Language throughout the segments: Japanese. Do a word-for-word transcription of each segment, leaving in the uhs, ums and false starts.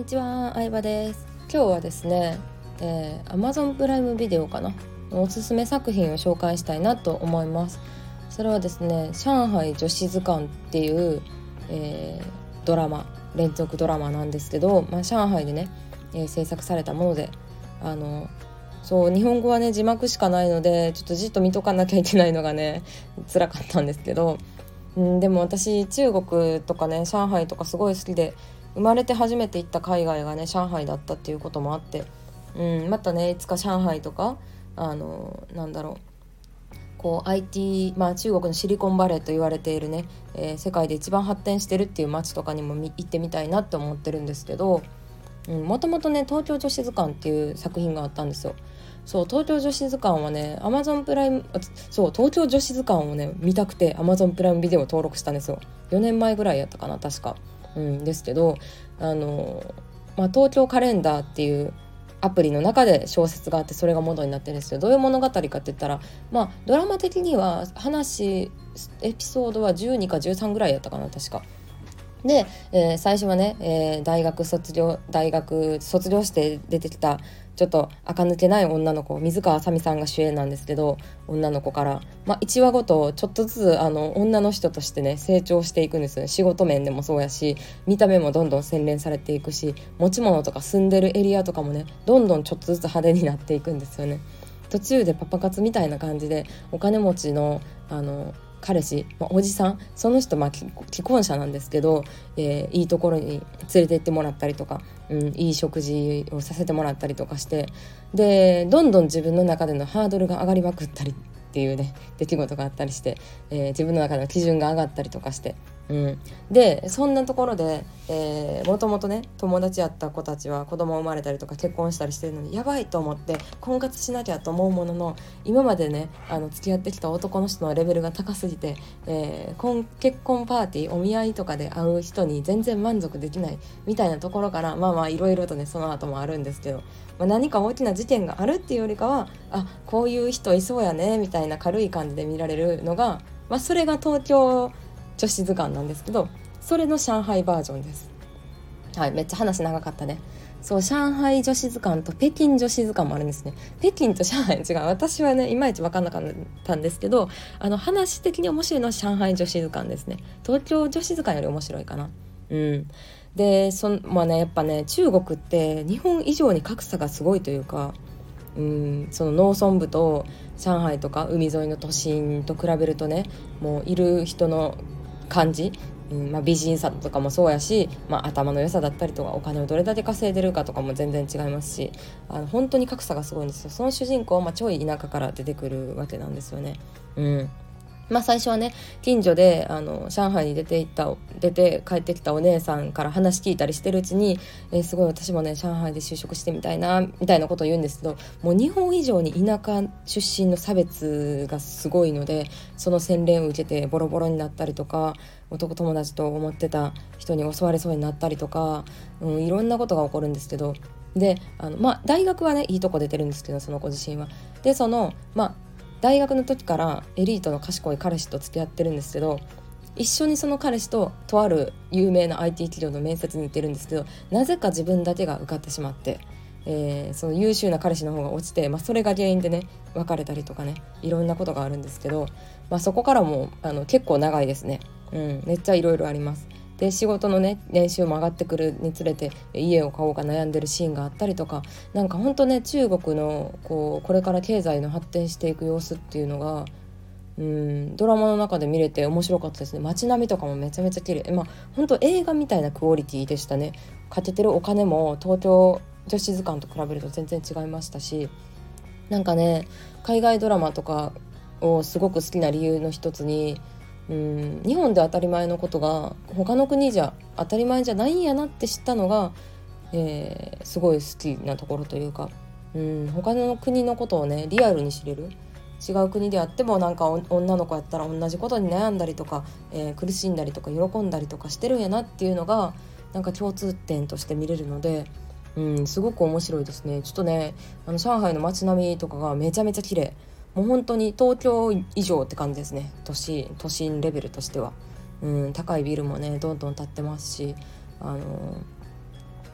にちは、相葉です。今日はですね、えー、Amazon プライムビデオかなおすすめ作品を紹介したいなと思います。それはですね、上海女子図鑑っていう、えー、ドラマ連続ドラマなんですけど、まあ、上海でね、えー、制作されたもので、あのそう日本語はね字幕しかないのでちょっとじっと見とかなきゃいけないのがね辛かったんですけど、うん、でも私中国とかね上海とかすごい好きで、生まれて初めて行った海外がね上海だったっていうこともあって、うん、またねいつか上海とかあのなんだろうこう アイティー、まあ、中国のシリコンバレーと言われているね、えー世界で一番発展してるっていう街とかにも行ってみたいなって思ってるんですけど、もともとね東京女子図鑑っていう作品があったんですよ。そう東京女子図鑑はね Amazon プライムそう東京女子図鑑をね見たくて Amazon プライムビデオを登録したんですよ。よねんまえぐらいやったかな確か、うん、ですけどあの、まあ、東京カレンダーっていうアプリの中で小説があって、それが元になってるんですよ。どういう物語かって言ったら、まあドラマ的には話エピソードはじゅうにかじゅうさんぐらいやったかな確かで、えー最初はね、えー大学卒業大学卒業して出てきたちょっと垢抜けない女の子、水川あさみさんが主演なんですけど、女の子から、まあ、いちわごとちょっとずつあの女の人としてね成長していくんですよね。仕事面でもそうやし、見た目もどんどん洗練されていくし、持ち物とか住んでるエリアとかもねどんどんちょっとずつ派手になっていくんですよね。途中でパパ活みたいな感じでお金持ちのあの彼氏、まあ、おじさん、その人、まあ、既既婚者なんですけど、えーいいところに連れて行ってもらったりとか、うん、いい食事をさせてもらったりとかして、でどんどん自分の中でのハードルが上がりまくったりっていうね出来事があったりして、えー自分の中の基準が上がったりとかして、うん、でそんなところで、えー、もともとね友達やった子たちは子供生まれたりとか結婚したりしてるのにやばいと思って婚活しなきゃと思うものの、今までねあの付き合ってきた男の人のレベルが高すぎて、えー、婚結婚パーティーお見合いとかで会う人に全然満足できないみたいなところから、まあまあいろいろとねその後もあるんですけど、まあ、何か大きな事件があるっていうよりかは、あこういう人いそうやねみたいな軽い感じで見られるのが、まあ、それが東京女子図鑑なんですけど、それの上海バージョンです。はい、めっちゃ話長かったね。そう上海女子図鑑と北京女子図鑑もあるんですね。北京と上海違う、私はねいまいち分かんなかったんですけど、あの話的に面白いのは上海女子図鑑ですね。東京女子図鑑より面白いかな。うんでそんまあねやっぱね中国って日本以上に格差がすごいというか、うんその農村部と上海とか海沿いの都心と比べるとね、もういる人の感じ、うんまあ、美人さとかもそうやし、まあ、頭の良さだったりとかお金をどれだけ稼いでるかとかも全然違いますし、あの本当に格差がすごいんですよ。その主人公は、まあ、ちょい田舎から出てくるわけなんですよね。うんまあ最初はね近所であの上海に出て行った出て帰ってきたお姉さんから話聞いたりしてるうちに、えーすごい私もね上海で就職してみたいなみたいなことを言うんですけど、もう日本以上に田舎出身の差別がすごいので、その洗礼を受けてボロボロになったりとか、男友達と思ってた人に襲われそうになったりとか、うん、いろんなことが起こるんですけど、であの、まあ、大学はねいいとこ出てるんですけどその子自身は。でそのまあ大学の時からエリートの賢い彼氏と付き合ってるんですけど、一緒にその彼氏ととある有名な アイティー 企業の面接に行ってるんですけど、なぜか自分だけが受かってしまって、えーその優秀な彼氏の方が落ちて、まあ、それが原因でね別れたりとかねいろんなことがあるんですけど、まあ、そこからもあの結構長いですね。うん、めっちゃいろいろあります。で仕事のね年収も上がってくるにつれて家を買おうか悩んでるシーンがあったりとか、なんかほんとね中国のこうこれから経済の発展していく様子っていうのが、うんドラマの中で見れて面白かったですね。街並みとかもめちゃめちゃ綺麗、まあ本当映画みたいなクオリティでしたね。かけてるお金も東京女子図鑑と比べると全然違いましたし、なんかね海外ドラマとかをすごく好きな理由の一つに、うん日本で当たり前のことが他の国じゃ当たり前じゃないんやなって知ったのが、えーすごい好きなところというか、うん他の国のことをねリアルに知れる。違う国であってもなんかお女の子やったら同じことに悩んだりとか、えー苦しんだりとか喜んだりとかしてるんやなっていうのがなんか共通点として見れるので、うんすごく面白いですね。ちょっとねあの上海の街並みとかがめちゃめちゃ綺麗、もう本当に東京以上って感じですね。都市都心レベルとしては、うん高いビルもねどんどん建ってますし、あの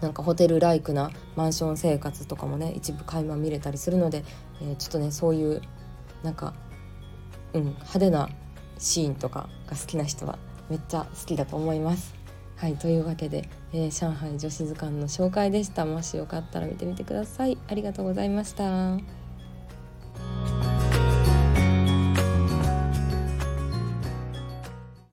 なんかホテルライクなマンション生活とかもね一部垣間見れたりするので、えー、ちょっとねそういうなんか、うん、派手なシーンとかが好きな人はめっちゃ好きだと思います。はい、というわけで、えー、上海女子図鑑の紹介でした。もしよかったら見てみてください。ありがとうございました。